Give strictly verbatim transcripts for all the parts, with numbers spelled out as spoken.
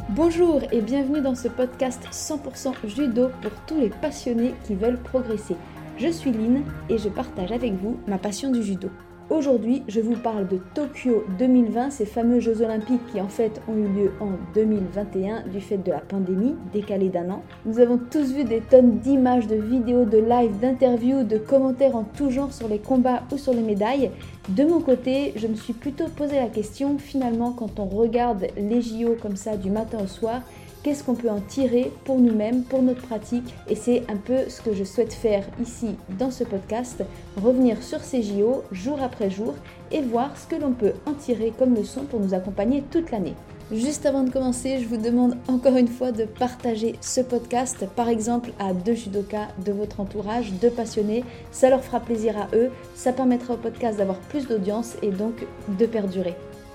Bonjour et bienvenue dans ce podcast cent pour cent judo pour tous les passionnés qui veulent progresser. Je suis Lynn et je partage avec vous ma passion du judo. Aujourd'hui, je vous parle de Tokyo deux mille vingt, ces fameux Jeux Olympiques qui en fait ont eu lieu en deux mille vingt et un du fait de la pandémie, décalée d'un an. Nous avons tous vu des tonnes d'images, de vidéos, de lives, d'interviews, de commentaires en tout genre sur les combats ou sur les médailles. De mon côté, je me suis plutôt posé la question, finalement, quand on regarde les J O comme ça du matin au soir, qu'est-ce qu'on peut en tirer pour nous-mêmes, pour notre pratique? Et c'est un peu ce que je souhaite faire ici dans ce podcast, revenir sur ces J O jour après jour et voir ce que l'on peut en tirer comme leçon pour nous accompagner toute l'année. Juste avant de commencer, je vous demande encore une fois de partager ce podcast, par exemple à deux judokas de votre entourage, deux passionnés. Ça leur fera plaisir à eux, ça permettra au podcast d'avoir plus d'audience et donc de perdurer.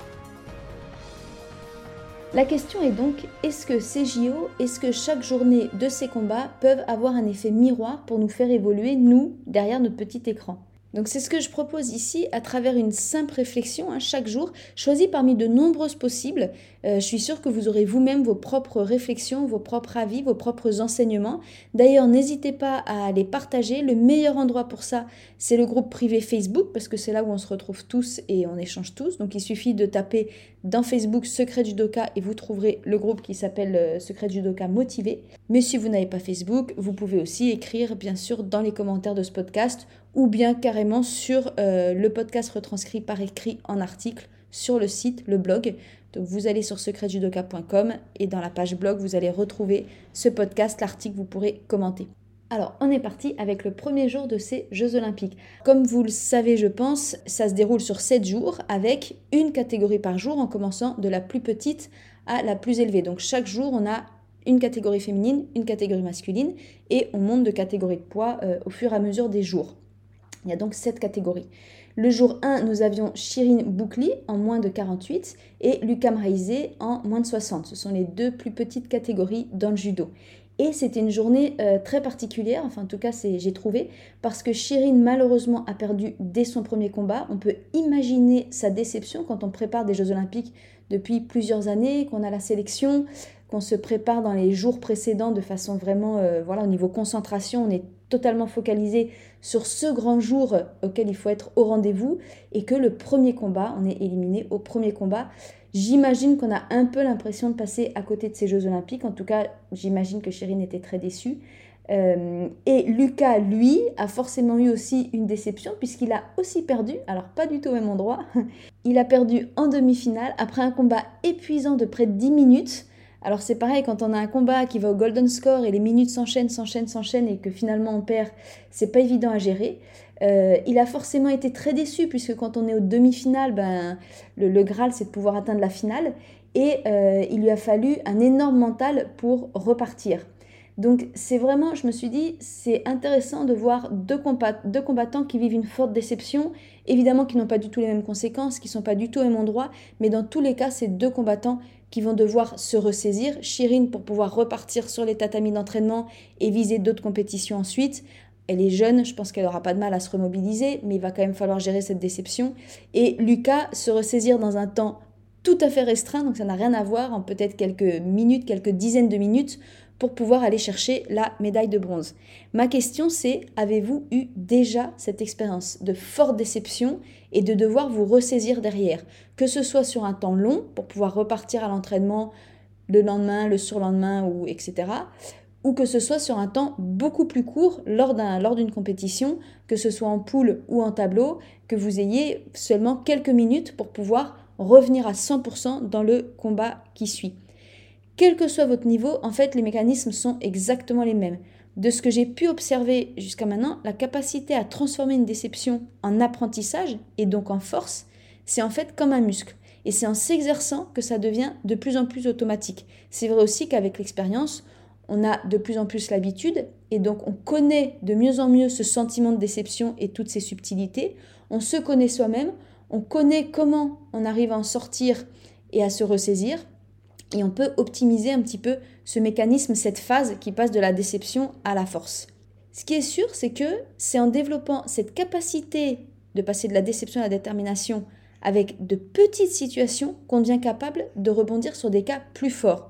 La question est donc, est-ce que ces J O, est-ce que chaque journée de ces combats peuvent avoir un effet miroir pour nous faire évoluer, nous, derrière notre petit écran ? Donc c'est ce que je propose ici à travers une simple réflexion, hein, chaque jour, choisie parmi de nombreuses possibles. Euh, je suis sûre que vous aurez vous-même vos propres réflexions, vos propres avis, vos propres enseignements. D'ailleurs, n'hésitez pas à les partager. Le meilleur endroit pour ça, c'est le groupe privé Facebook, parce que c'est là où on se retrouve tous et on échange tous. Donc il suffit de taper dans Facebook Secret Judoka et vous trouverez le groupe qui s'appelle euh, Secret Judoka Motivé. Mais si vous n'avez pas Facebook, vous pouvez aussi écrire bien sûr dans les commentaires de ce podcast ou bien carrément sur euh, le podcast retranscrit par écrit en article sur le site, le blog. Donc vous allez sur secret judoka point com et dans la page blog, vous allez retrouver ce podcast, l'article, vous pourrez commenter. Alors, on est parti avec le premier jour de ces Jeux Olympiques. Comme vous le savez, je pense, ça se déroule sur sept jours avec une catégorie par jour en commençant de la plus petite à la plus élevée. Donc chaque jour, on a une catégorie féminine, une catégorie masculine et on monte de catégorie de poids euh, au fur et à mesure des jours. Il y a donc sept catégories. Le jour un, nous avions Shirin Boukli en moins de quarante-huit et Lucam Raizé en moins de soixante. Ce sont les deux plus petites catégories dans le judo. Et c'était une journée euh, très particulière, enfin en tout cas c'est, j'ai trouvé, parce que Shirin malheureusement a perdu dès son premier combat. On peut imaginer sa déception quand on prépare des Jeux Olympiques depuis plusieurs années, qu'on a la sélection, qu'on se prépare dans les jours précédents de façon vraiment, euh, voilà, au niveau concentration, on est totalement focalisé sur ce grand jour auquel il faut être au rendez-vous et que le premier combat, on est éliminé au premier combat. J'imagine qu'on a un peu l'impression de passer à côté de ces Jeux Olympiques. En tout cas, j'imagine que Shirin était très déçue. Euh, et Lucas, lui, a forcément eu aussi une déception puisqu'il a aussi perdu, alors pas du tout au même endroit. Il a perdu en demi-finale après un combat épuisant de près de dix minutes. Alors c'est pareil, quand on a un combat qui va au golden score et les minutes s'enchaînent, s'enchaînent, s'enchaînent et que finalement on perd, c'est pas évident à gérer. Euh, il a forcément été très déçu puisque quand on est aux demi-finales, ben, le, le Graal c'est de pouvoir atteindre la finale et euh, il lui a fallu un énorme mental pour repartir. Donc c'est vraiment, je me suis dit, c'est intéressant de voir deux, combat- deux combattants qui vivent une forte déception, évidemment qui n'ont pas du tout les mêmes conséquences, qui ne sont pas du tout au même endroit, mais dans tous les cas, c'est deux combattants qui vont devoir se ressaisir. Shirin pour pouvoir repartir sur les tatamis d'entraînement et viser d'autres compétitions ensuite. Elle est jeune, je pense qu'elle n'aura pas de mal à se remobiliser, mais il va quand même falloir gérer cette déception. Et Lucas se ressaisir dans un temps tout à fait restreint, donc ça n'a rien à voir, en peut-être quelques minutes, quelques dizaines de minutes, pour pouvoir aller chercher la médaille de bronze. Ma question c'est, avez-vous eu déjà cette expérience de forte déception et de devoir vous ressaisir derrière? Que ce soit sur un temps long, pour pouvoir repartir à l'entraînement le lendemain, le surlendemain, ou et cetera, ou que ce soit sur un temps beaucoup plus court lors, d'un, lors d'une compétition, que ce soit en poule ou en tableau, que vous ayez seulement quelques minutes pour pouvoir revenir à cent pour cent dans le combat qui suit. Quel que soit votre niveau, en fait, les mécanismes sont exactement les mêmes. De ce que j'ai pu observer jusqu'à maintenant, la capacité à transformer une déception en apprentissage et donc en force, c'est en fait comme un muscle. Et c'est en s'exerçant que ça devient de plus en plus automatique. C'est vrai aussi qu'avec l'expérience, on a de plus en plus l'habitude et donc on connaît de mieux en mieux ce sentiment de déception et toutes ses subtilités. On se connaît soi-même, on connaît comment on arrive à en sortir et à se ressaisir. Et on peut optimiser un petit peu ce mécanisme, cette phase qui passe de la déception à la force. Ce qui est sûr, c'est que c'est en développant cette capacité de passer de la déception à la détermination avec de petites situations qu'on devient capable de rebondir sur des cas plus forts.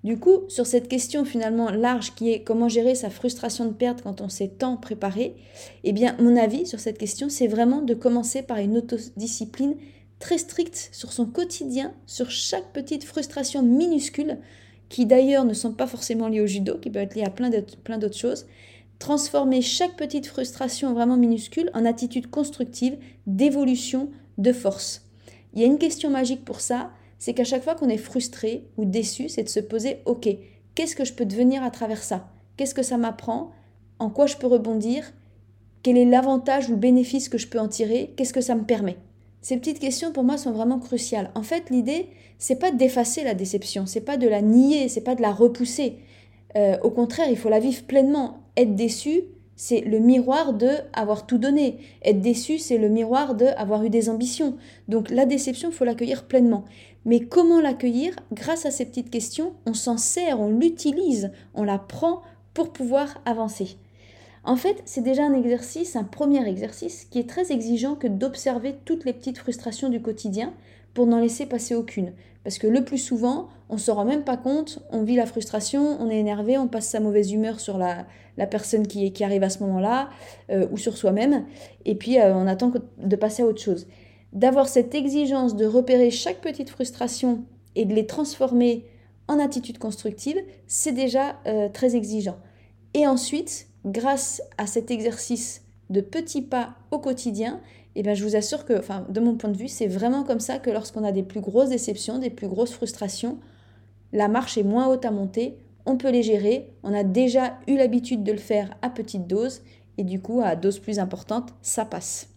Du coup, sur cette question finalement large qui est comment gérer sa frustration de perte quand on s'est tant préparé, eh bien mon avis sur cette question, c'est vraiment de commencer par une autodiscipline très stricte sur son quotidien, sur chaque petite frustration minuscule, qui d'ailleurs ne sont pas forcément liées au judo, qui peuvent être liées à plein d'autres, plein d'autres choses. Transformer chaque petite frustration vraiment minuscule en attitude constructive, d'évolution, de force. Il y a une question magique pour ça, c'est qu'à chaque fois qu'on est frustré ou déçu, c'est de se poser « Ok, qu'est-ce que je peux devenir à travers ça? Qu'est-ce que ça m'apprend? En quoi je peux rebondir? Quel est l'avantage ou le bénéfice que je peux en tirer? Qu'est-ce que ça me permet ?» Ces petites questions pour moi sont vraiment cruciales. En fait, l'idée, c'est pas d'effacer la déception, c'est pas de la nier, c'est pas de la repousser. Euh, au contraire, il faut la vivre pleinement. Être déçu, c'est le miroir de avoir tout donné. Être déçu, c'est le miroir de avoir eu des ambitions. Donc la déception, il faut l'accueillir pleinement. Mais comment l'accueillir? Grâce à ces petites questions, on s'en sert, on l'utilise, on la prend pour pouvoir avancer. En fait, c'est déjà un exercice, un premier exercice, qui est très exigeant que d'observer toutes les petites frustrations du quotidien pour n'en laisser passer aucune. Parce que le plus souvent, on ne se rend même pas compte, on vit la frustration, on est énervé, on passe sa mauvaise humeur sur la, la personne qui, qui arrive à ce moment-là, euh, ou sur soi-même, et puis euh, on attend de passer à autre chose. D'avoir cette exigence de repérer chaque petite frustration et de les transformer en attitude constructive, c'est déjà euh, très exigeant. Et ensuite, grâce à cet exercice de petits pas au quotidien, eh bien, je vous assure que, enfin, de mon point de vue, c'est vraiment comme ça que lorsqu'on a des plus grosses déceptions, des plus grosses frustrations, la marche est moins haute à monter, on peut les gérer, on a déjà eu l'habitude de le faire à petite dose, et du coup, à dose plus importante, ça passe.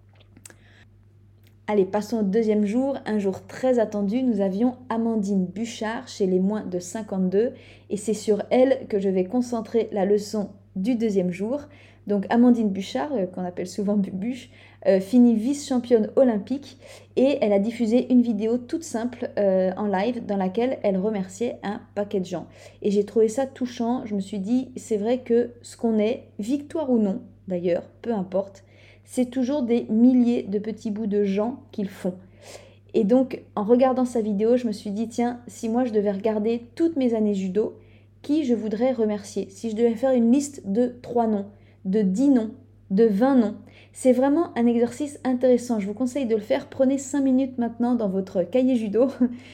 Allez, passons au deuxième jour, un jour très attendu. Nous avions Amandine Buchard chez les moins de cinquante-deux et c'est sur elle que je vais concentrer la leçon du deuxième jour. Donc Amandine Buchard, euh, qu'on appelle souvent Bubuche, euh, finit vice-championne olympique et elle a diffusé une vidéo toute simple euh, en live dans laquelle elle remerciait un paquet de gens. Et j'ai trouvé ça touchant, je me suis dit c'est vrai que ce qu'on est, victoire ou non d'ailleurs, peu importe, c'est toujours des milliers de petits bouts de gens qu'ils font. Et donc, en regardant sa vidéo, je me suis dit, tiens, si moi je devais regarder toutes mes années judo, qui je voudrais remercier? Si je devais faire une liste de trois noms, de dix noms, de vingt noms, c'est vraiment un exercice intéressant. Je vous conseille de le faire. Prenez cinq minutes maintenant dans votre cahier judo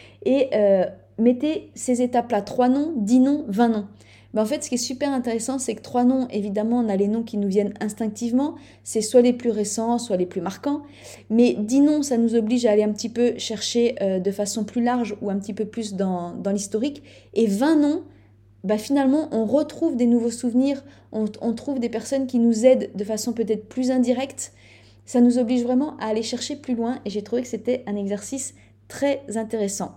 et euh, mettez ces étapes-là, trois noms, dix noms, vingt noms. Ben en fait, ce qui est super intéressant, c'est que trois noms, évidemment, on a les noms qui nous viennent instinctivement. C'est soit les plus récents, soit les plus marquants. Mais dix noms, ça nous oblige à aller un petit peu chercher euh, de façon plus large ou un petit peu plus dans, dans l'historique. Et vingt noms, ben finalement, on retrouve des nouveaux souvenirs, on, on trouve des personnes qui nous aident de façon peut-être plus indirecte. Ça nous oblige vraiment à aller chercher plus loin et j'ai trouvé que c'était un exercice très intéressant.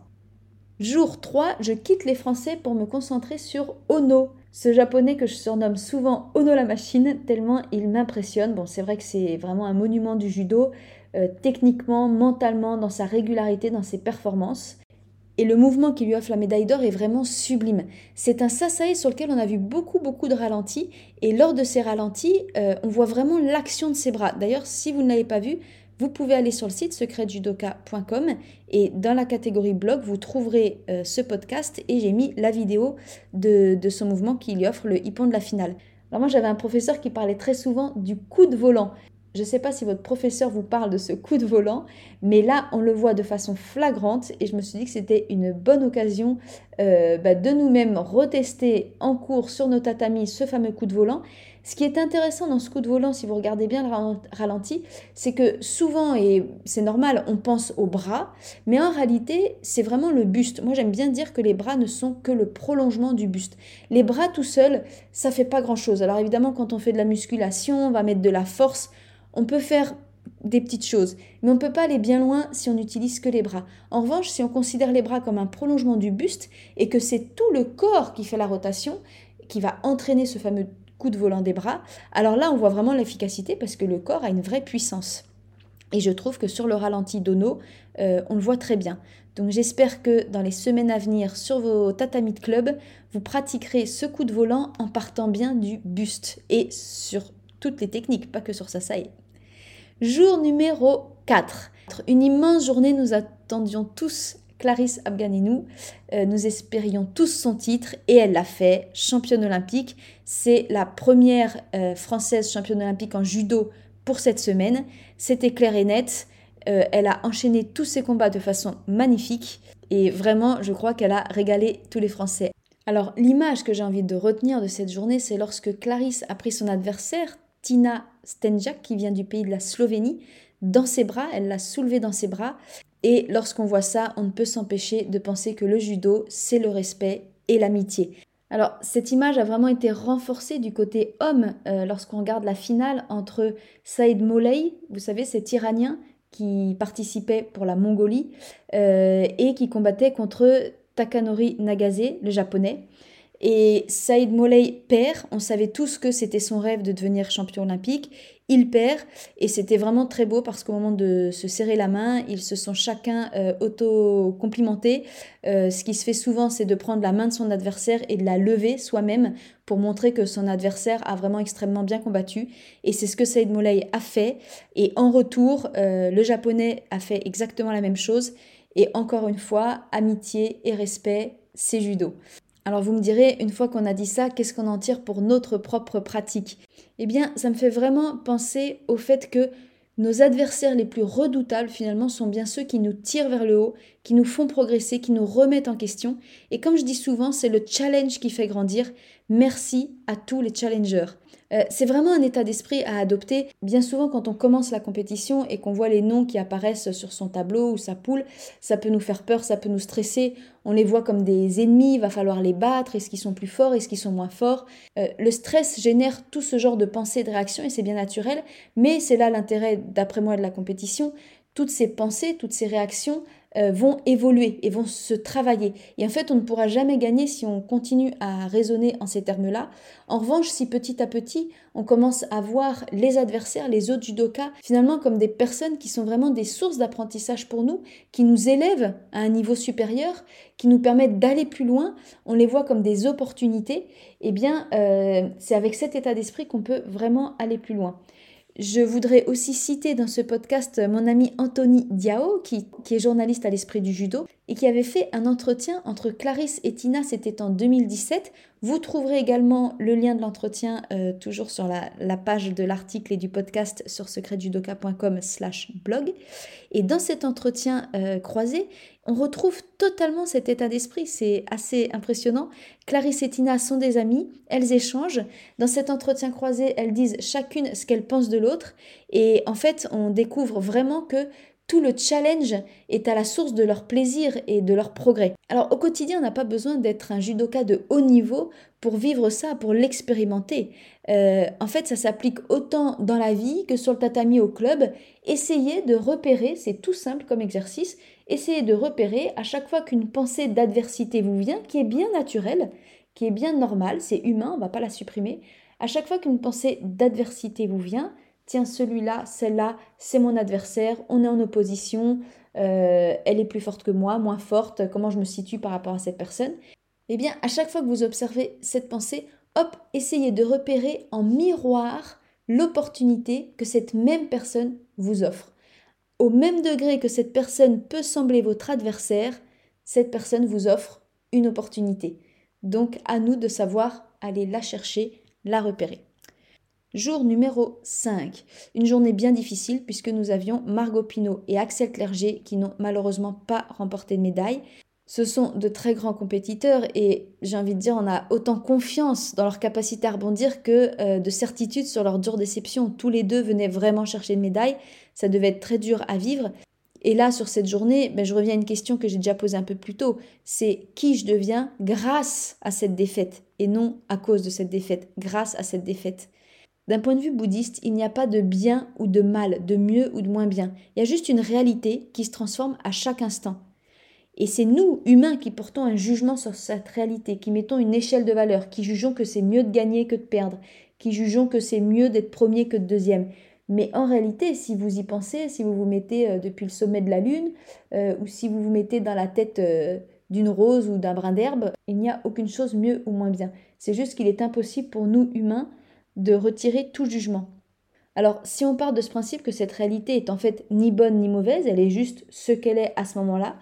Jour trois, je quitte les Français pour me concentrer sur Ono, ce japonais que je surnomme souvent Ono la machine, tellement il m'impressionne. Bon, c'est vrai que c'est vraiment un monument du judo, euh, techniquement, mentalement, dans sa régularité, dans ses performances. Et le mouvement qui lui offre la médaille d'or est vraiment sublime. C'est un sasae sur lequel on a vu beaucoup, beaucoup de ralentis. Et lors de ces ralentis, euh, on voit vraiment l'action de ses bras. D'ailleurs, si vous ne l'avez pas vu, vous pouvez aller sur le site secret judoka point com et dans la catégorie blog, vous trouverez euh, ce podcast et j'ai mis la vidéo de, de ce mouvement qui lui offre le hippon de la finale. Alors moi, j'avais un professeur qui parlait très souvent du coup de volant. Je ne sais pas si votre professeur vous parle de ce coup de volant, mais là, on le voit de façon flagrante et je me suis dit que c'était une bonne occasion euh, bah, de nous-mêmes retester en cours sur nos tatamis ce fameux coup de volant. Ce qui est intéressant dans ce coup de volant, si vous regardez bien le ralenti, c'est que souvent, et c'est normal, on pense aux bras, mais en réalité, c'est vraiment le buste. Moi, j'aime bien dire que les bras ne sont que le prolongement du buste. Les bras tout seuls, ça ne fait pas grand-chose. Alors évidemment, quand on fait de la musculation, on va mettre de la force, on peut faire des petites choses, mais on ne peut pas aller bien loin si on n'utilise que les bras. En revanche, si on considère les bras comme un prolongement du buste et que c'est tout le corps qui fait la rotation, qui va entraîner ce fameux coup de volant des bras, alors là on voit vraiment l'efficacité parce que le corps a une vraie puissance. Et je trouve que sur le ralenti d'Ono, euh, on le voit très bien. Donc j'espère que dans les semaines à venir sur vos tatamis de club, vous pratiquerez ce coup de volant en partant bien du buste et sur toutes les techniques, pas que sur sasae. Jour numéro quatre. Une immense journée, nous attendions tous Clarisse Abganenou. Euh, nous espérions tous son titre et elle l'a fait, championne olympique. C'est la première euh, française championne olympique en judo pour cette semaine. C'était clair et net. Euh, elle a enchaîné tous ses combats de façon magnifique et vraiment, je crois qu'elle a régalé tous les Français. Alors, l'image que j'ai envie de retenir de cette journée, c'est lorsque Clarisse a pris son adversaire, Tina Stenjak, qui vient du pays de la Slovénie, dans ses bras. Elle l'a soulevée dans ses bras. Et lorsqu'on voit ça, on ne peut s'empêcher de penser que le judo, c'est le respect et l'amitié. Alors, cette image a vraiment été renforcée du côté homme euh, lorsqu'on regarde la finale entre Saïd Mollay, vous savez, cet Iranien qui participait pour la Mongolie euh, et qui combattait contre Takanori Nagase, le japonais. Et Saïd Mollay perd, on savait tous que c'était son rêve de devenir champion olympique, il perd et c'était vraiment très beau parce qu'au moment de se serrer la main, ils se sont chacun euh, auto-complimentés. Euh, ce qui se fait souvent, c'est de prendre la main de son adversaire et de la lever soi-même pour montrer que son adversaire a vraiment extrêmement bien combattu. Et c'est ce que Saïd Mollay a fait. Et en retour, euh, le japonais a fait exactement la même chose. Et encore une fois, amitié et respect, c'est judo. Alors vous me direz, une fois qu'on a dit ça, qu'est-ce qu'on en tire pour notre propre pratique? Eh bien, ça me fait vraiment penser au fait que nos adversaires les plus redoutables, finalement, sont bien ceux qui nous tirent vers le haut, qui nous font progresser, qui nous remettent en question. Et comme je dis souvent, c'est le challenge qui fait grandir. Merci à tous les challengers. Euh, c'est vraiment un état d'esprit à adopter. Bien souvent, quand on commence la compétition et qu'on voit les noms qui apparaissent sur son tableau ou sa poule, ça peut nous faire peur, ça peut nous stresser. On les voit comme des ennemis, il va falloir les battre. Est-ce qu'ils sont plus forts, est-ce qu'ils sont moins forts? euh, Le stress génère tout ce genre de pensées et de réactions et c'est bien naturel. Mais c'est là l'intérêt, d'après moi, de la compétition. Toutes ces pensées, toutes ces réactions euh, vont évoluer et vont se travailler. Et en fait, on ne pourra jamais gagner si on continue à raisonner en ces termes-là. En revanche, si petit à petit, on commence à voir les adversaires, les autres judokas, finalement comme des personnes qui sont vraiment des sources d'apprentissage pour nous, qui nous élèvent à un niveau supérieur, qui nous permettent d'aller plus loin, on les voit comme des opportunités, eh bien, euh, c'est avec cet état d'esprit qu'on peut vraiment aller plus loin. Je voudrais aussi citer dans ce podcast mon ami Anthony Diao, qui, qui est journaliste à l'Esprit du Judo, et qui avait fait un entretien entre Clarisse et Tina, c'était en deux mille dix-sept. Vous trouverez également le lien de l'entretien euh, toujours sur la, la page de l'article et du podcast sur secretjudoka point com slash blog. Et dans cet entretien euh, croisé, on retrouve totalement cet état d'esprit, c'est assez impressionnant. Clarisse et Tina sont des amies, elles échangent. Dans cet entretien croisé, elles disent chacune ce qu'elles pensent de l'autre. Et en fait, on découvre vraiment que tout le challenge est à la source de leur plaisir et de leur progrès. Alors au quotidien, on n'a pas besoin d'être un judoka de haut niveau pour vivre ça, pour l'expérimenter. Euh, en fait, ça s'applique autant dans la vie que sur le tatami au club. Essayez de repérer, c'est tout simple comme exercice, essayez de repérer à chaque fois qu'une pensée d'adversité vous vient, qui est bien naturelle, qui est bien normale, c'est humain, on ne va pas la supprimer. À chaque fois qu'une pensée d'adversité vous vient, tiens, celui-là, celle-là, c'est mon adversaire, on est en opposition, euh, elle est plus forte que moi, moins forte, comment je me situe par rapport à cette personne? Eh bien, à chaque fois que vous observez cette pensée, hop, essayez de repérer en miroir l'opportunité que cette même personne vous offre. Au même degré que cette personne peut sembler votre adversaire, cette personne vous offre une opportunité. Donc, à nous de savoir aller la chercher, la repérer. Jour numéro cinq, une journée bien difficile puisque nous avions Margot Pinault et Axel Clerget qui n'ont malheureusement pas remporté de médaille. Ce sont de très grands compétiteurs et j'ai envie de dire on a autant confiance dans leur capacité à rebondir que euh, de certitude sur leur dure déception. Tous les deux venaient vraiment chercher une médaille, ça devait être très dur à vivre. Et là, sur cette journée, ben, je reviens à une question que j'ai déjà posée un peu plus tôt, c'est qui je deviens grâce à cette défaite et non à cause de cette défaite, grâce à cette défaite. D'un point de vue bouddhiste, il n'y a pas de bien ou de mal, de mieux ou de moins bien. Il y a juste une réalité qui se transforme à chaque instant. Et c'est nous, humains, qui portons un jugement sur cette réalité, qui mettons une échelle de valeur, qui jugeons que c'est mieux de gagner que de perdre, qui jugeons que c'est mieux d'être premier que de deuxième. Mais en réalité, si vous y pensez, si vous vous mettez euh, depuis le sommet de la lune, euh, ou si vous vous mettez dans la tête euh, d'une rose ou d'un brin d'herbe, il n'y a aucune chose mieux ou moins bien. C'est juste qu'il est impossible pour nous, humains, de retirer tout jugement. Alors, si on part de ce principe que cette réalité est en fait ni bonne ni mauvaise, elle est juste ce qu'elle est à ce moment-là,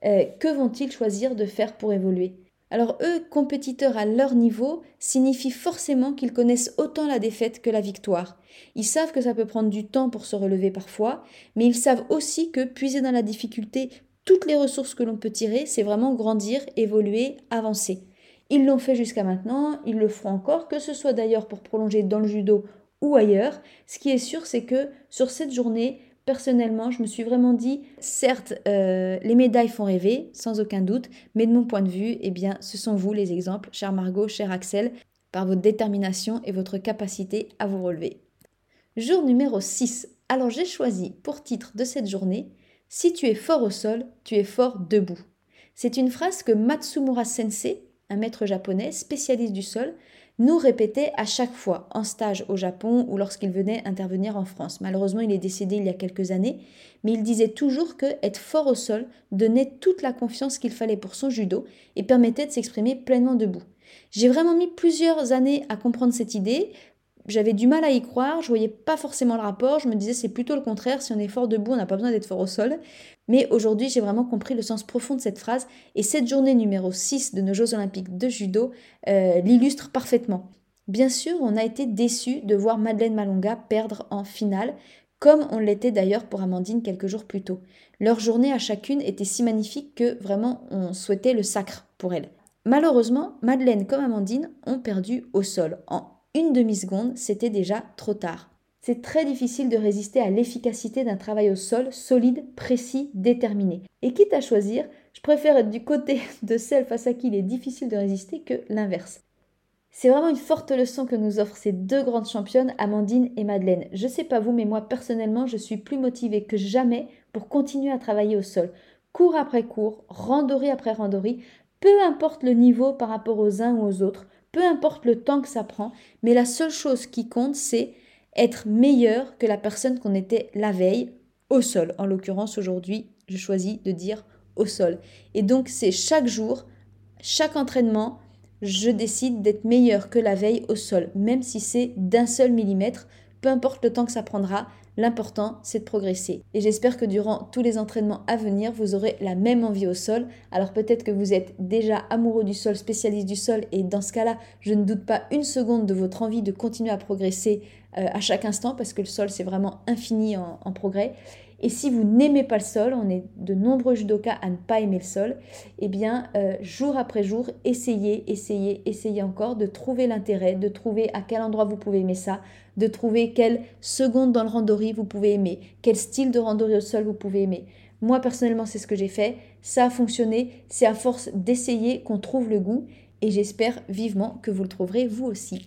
euh, que vont-ils choisir de faire pour évoluer? Alors eux, compétiteurs à leur niveau, signifie forcément qu'ils connaissent autant la défaite que la victoire. Ils savent que ça peut prendre du temps pour se relever parfois, mais ils savent aussi que puiser dans la difficulté toutes les ressources que l'on peut tirer, c'est vraiment grandir, évoluer, avancer. Ils l'ont fait jusqu'à maintenant, ils le feront encore, que ce soit d'ailleurs pour prolonger dans le judo ou ailleurs. Ce qui est sûr, c'est que sur cette journée, personnellement, je me suis vraiment dit, certes, euh, les médailles font rêver, sans aucun doute, mais de mon point de vue, eh bien, ce sont vous les exemples, chère Margot, cher Axel, par votre détermination et votre capacité à vous relever. Jour numéro six. Alors j'ai choisi pour titre de cette journée, si tu es fort au sol, tu es fort debout. C'est une phrase que Matsumura Sensei, un maître japonais spécialiste du sol, nous répétait à chaque fois en stage au Japon ou lorsqu'il venait intervenir en France. Malheureusement, il est décédé il y a quelques années, mais il disait toujours que être fort au sol donnait toute la confiance qu'il fallait pour son judo et permettait de s'exprimer pleinement debout. J'ai vraiment mis plusieurs années à comprendre cette idée. J'avais du mal à y croire, je voyais pas forcément le rapport, je me disais c'est plutôt le contraire, si on est fort debout, on n'a pas besoin d'être fort au sol. Mais aujourd'hui, j'ai vraiment compris le sens profond de cette phrase et cette journée numéro six de nos Jeux Olympiques de judo euh, l'illustre parfaitement. Bien sûr, on a été déçus de voir Madeleine Malonga perdre en finale, comme on l'était d'ailleurs pour Amandine quelques jours plus tôt. Leur journée à chacune était si magnifique que vraiment on souhaitait le sacre pour elles. Malheureusement, Madeleine comme Amandine ont perdu au sol. En une demi-seconde, c'était déjà trop tard. C'est très difficile de résister à l'efficacité d'un travail au sol solide, précis, déterminé. Et quitte à choisir, je préfère être du côté de celle face à qui il est difficile de résister que l'inverse. C'est vraiment une forte leçon que nous offrent ces deux grandes championnes, Amandine et Madeleine. Je sais pas vous, mais moi personnellement, je suis plus motivée que jamais pour continuer à travailler au sol. Cours après cours, randori après randori, peu importe le niveau par rapport aux uns ou aux autres, peu importe le temps que ça prend, mais la seule chose qui compte, c'est être meilleur que la personne qu'on était la veille au sol. En l'occurrence, aujourd'hui, je choisis de dire au sol. Et donc, c'est chaque jour, chaque entraînement, je décide d'être meilleur que la veille au sol, même si c'est d'un seul millimètre, peu importe le temps que ça prendra, l'important c'est de progresser. Et j'espère que durant tous les entraînements à venir, vous aurez la même envie au sol. Alors peut-être que vous êtes déjà amoureux du sol, spécialiste du sol, et dans ce cas-là, je ne doute pas une seconde de votre envie de continuer à progresser euh, à chaque instant, parce que le sol c'est vraiment infini en, en progrès. Et si vous n'aimez pas le sol, on est de nombreux judokas à ne pas aimer le sol, eh bien, euh, jour après jour, essayez, essayez, essayez encore de trouver l'intérêt, de trouver à quel endroit vous pouvez aimer ça, de trouver quelle seconde dans le randori vous pouvez aimer, quel style de randori au sol vous pouvez aimer. Moi, personnellement, c'est ce que j'ai fait, ça a fonctionné, c'est à force d'essayer qu'on trouve le goût, et j'espère vivement que vous le trouverez vous aussi.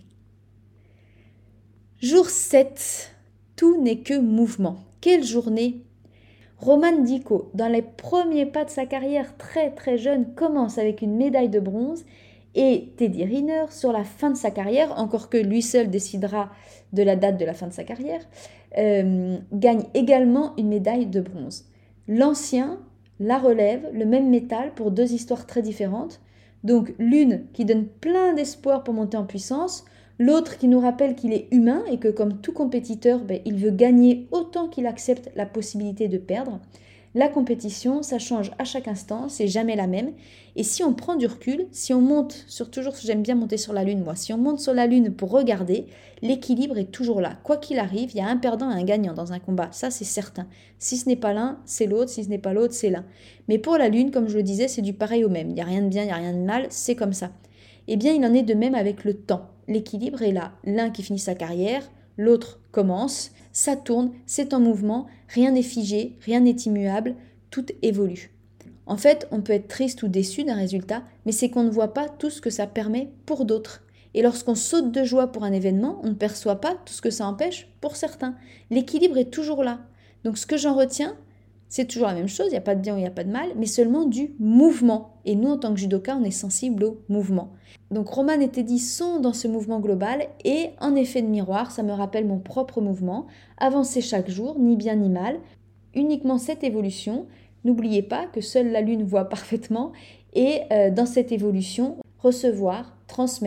Jour sept, tout n'est que mouvement. Quelle journée! Roman Dico, dans les premiers pas de sa carrière très très jeune, commence avec une médaille de bronze et Teddy Riner, sur la fin de sa carrière, encore que lui seul décidera de la date de la fin de sa carrière, euh, gagne également une médaille de bronze. L'ancien la relève, le même métal pour deux histoires très différentes, donc l'une qui donne plein d'espoir pour monter en puissance, l'autre qui nous rappelle qu'il est humain et que comme tout compétiteur, ben, il veut gagner autant qu'il accepte la possibilité de perdre. La compétition, ça change à chaque instant, c'est jamais la même. Et si on prend du recul, si on monte, sur toujours, j'aime bien monter sur la lune moi, si on monte sur la lune pour regarder, l'équilibre est toujours là. Quoi qu'il arrive, il y a un perdant et un gagnant dans un combat, ça c'est certain. Si ce n'est pas l'un, c'est l'autre, si ce n'est pas l'autre, c'est l'un. Mais pour la lune, comme je le disais, c'est du pareil au même. Il n'y a rien de bien, il n'y a rien de mal, c'est comme ça. Eh bien, il en est de même avec le temps. L'équilibre est là. L'un qui finit sa carrière, l'autre commence, ça tourne, c'est en mouvement, rien n'est figé, rien n'est immuable, tout évolue. En fait, on peut être triste ou déçu d'un résultat, mais c'est qu'on ne voit pas tout ce que ça permet pour d'autres. Et lorsqu'on saute de joie pour un événement, on ne perçoit pas tout ce que ça empêche pour certains. L'équilibre est toujours là. Donc ce que j'en retiens, c'est toujours la même chose, il n'y a pas de bien ou il n'y a pas de mal, mais seulement du mouvement. Et nous, en tant que judoka, on est sensible au mouvement. Donc Roman et Teddy sont dans ce mouvement global et en effet de miroir, ça me rappelle mon propre mouvement. Avancer chaque jour, ni bien ni mal, uniquement cette évolution. N'oubliez pas que seule la lune voit parfaitement et euh, dans cette évolution, recevoir, transmettre,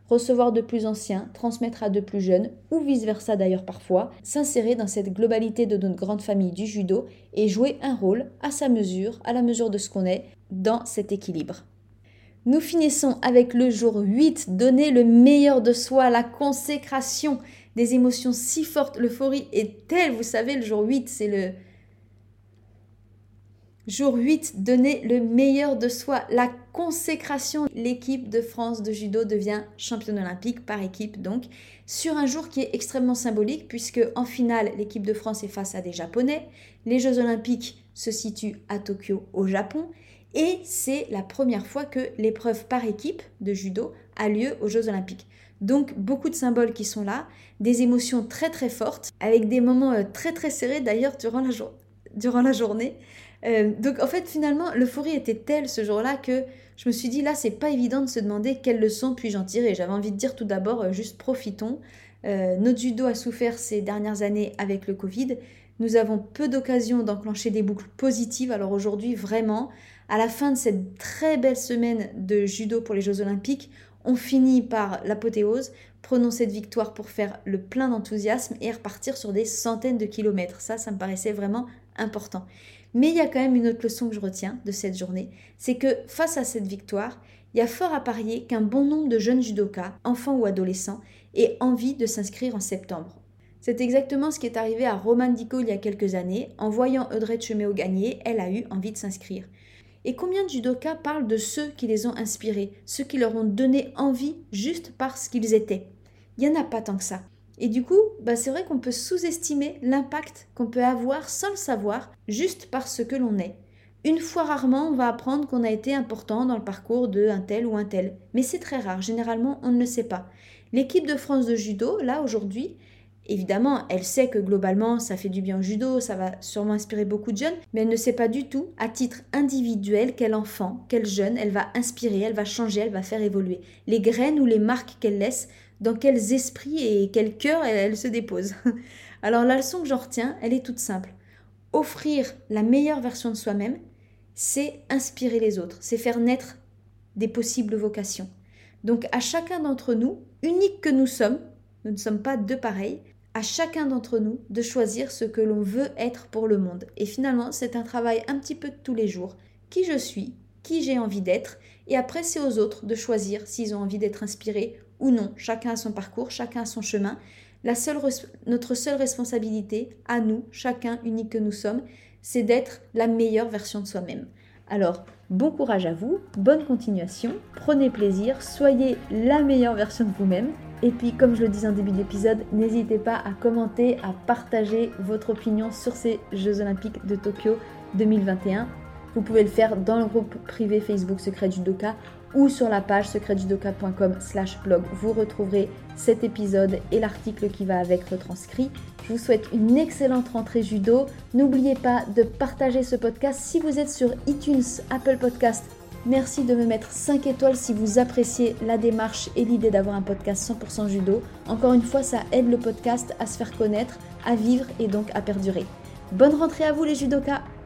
recevoir de plus anciens, transmettre à de plus jeunes, ou vice-versa d'ailleurs parfois, s'insérer dans cette globalité de notre grande famille du judo et jouer un rôle à sa mesure, à la mesure de ce qu'on est, dans cet équilibre. Nous finissons avec le jour huit, donner le meilleur de soi, la consécration, des émotions si fortes, l'euphorie est telle, vous savez, le jour huit, c'est le... Jour huit, donner le meilleur de soi, la consécration. L'équipe de France de judo devient championne olympique par équipe donc, sur un jour qui est extrêmement symbolique puisque en finale, l'équipe de France est face à des Japonais. Les Jeux olympiques se situent à Tokyo au Japon et c'est la première fois que l'épreuve par équipe de judo a lieu aux Jeux olympiques. Donc beaucoup de symboles qui sont là, des émotions très très fortes avec des moments très très serrés d'ailleurs durant la, jour- durant la journée. Euh, donc en fait finalement l'euphorie était telle ce jour-là que je me suis dit là c'est pas évident de se demander quelle leçon puis-je en tirer. J'avais envie de dire tout d'abord euh, juste profitons. Euh, notre judo a souffert ces dernières années avec le Covid. Nous avons peu d'occasions d'enclencher des boucles positives. Alors aujourd'hui vraiment à la fin de cette très belle semaine de judo pour les Jeux Olympiques, on finit par l'apothéose. Prenons cette victoire pour faire le plein d'enthousiasme et repartir sur des centaines de kilomètres. Ça, ça me paraissait vraiment important. Mais il y a quand même une autre leçon que je retiens de cette journée, c'est que face à cette victoire, il y a fort à parier qu'un bon nombre de jeunes judokas, enfants ou adolescents, aient envie de s'inscrire en septembre. C'est exactement ce qui est arrivé à Romane Dico il y a quelques années. En voyant Audrey Cheméo gagner, elle a eu envie de s'inscrire. Et combien de judokas parlent de ceux qui les ont inspirés, ceux qui leur ont donné envie juste parce qu'ils étaient? Il n'y en a pas tant que ça. Et du coup, bah c'est vrai qu'on peut sous-estimer l'impact qu'on peut avoir sans le savoir, juste parce que l'on est. Une fois rarement, on va apprendre qu'on a été important dans le parcours de un tel ou un tel. Mais c'est très rare, généralement on ne le sait pas. L'équipe de France de judo, là aujourd'hui, évidemment, elle sait que globalement ça fait du bien au judo, ça va sûrement inspirer beaucoup de jeunes, mais elle ne sait pas du tout, à titre individuel, quel enfant, quel jeune elle va inspirer, elle va changer, elle va faire évoluer. Les graines ou les marques qu'elle laisse, dans quels esprits et quel cœur elle, elle se dépose. Alors la leçon que j'en retiens, elle est toute simple. Offrir la meilleure version de soi-même, c'est inspirer les autres, c'est faire naître des possibles vocations. Donc à chacun d'entre nous, unique que nous sommes, nous ne sommes pas deux pareils, à chacun d'entre nous de choisir ce que l'on veut être pour le monde. Et finalement, c'est un travail un petit peu de tous les jours. Qui je suis, qui j'ai envie d'être, et après c'est aux autres de choisir s'ils ont envie d'être inspirés ou non. Chacun a son parcours, chacun a son chemin. La seule, notre seule responsabilité, à nous, chacun unique que nous sommes, c'est d'être la meilleure version de soi-même. Alors, bon courage à vous, bonne continuation, prenez plaisir, soyez la meilleure version de vous-même. Et puis, comme je le disais en début d'épisode, n'hésitez pas à commenter, à partager votre opinion sur ces Jeux Olympiques de Tokyo deux mille vingt et un. Vous pouvez le faire dans le groupe privé Facebook Secret Judoka ou sur la page secret judoka point com slash blog. Vous retrouverez cet épisode et l'article qui va avec retranscrit. Je vous souhaite une excellente rentrée judo. N'oubliez pas de partager ce podcast si vous êtes sur iTunes, Apple Podcast. Merci de me mettre cinq étoiles si vous appréciez la démarche et l'idée d'avoir un podcast cent pour cent judo. Encore une fois, ça aide le podcast à se faire connaître, à vivre et donc à perdurer. Bonne rentrée à vous les judokas!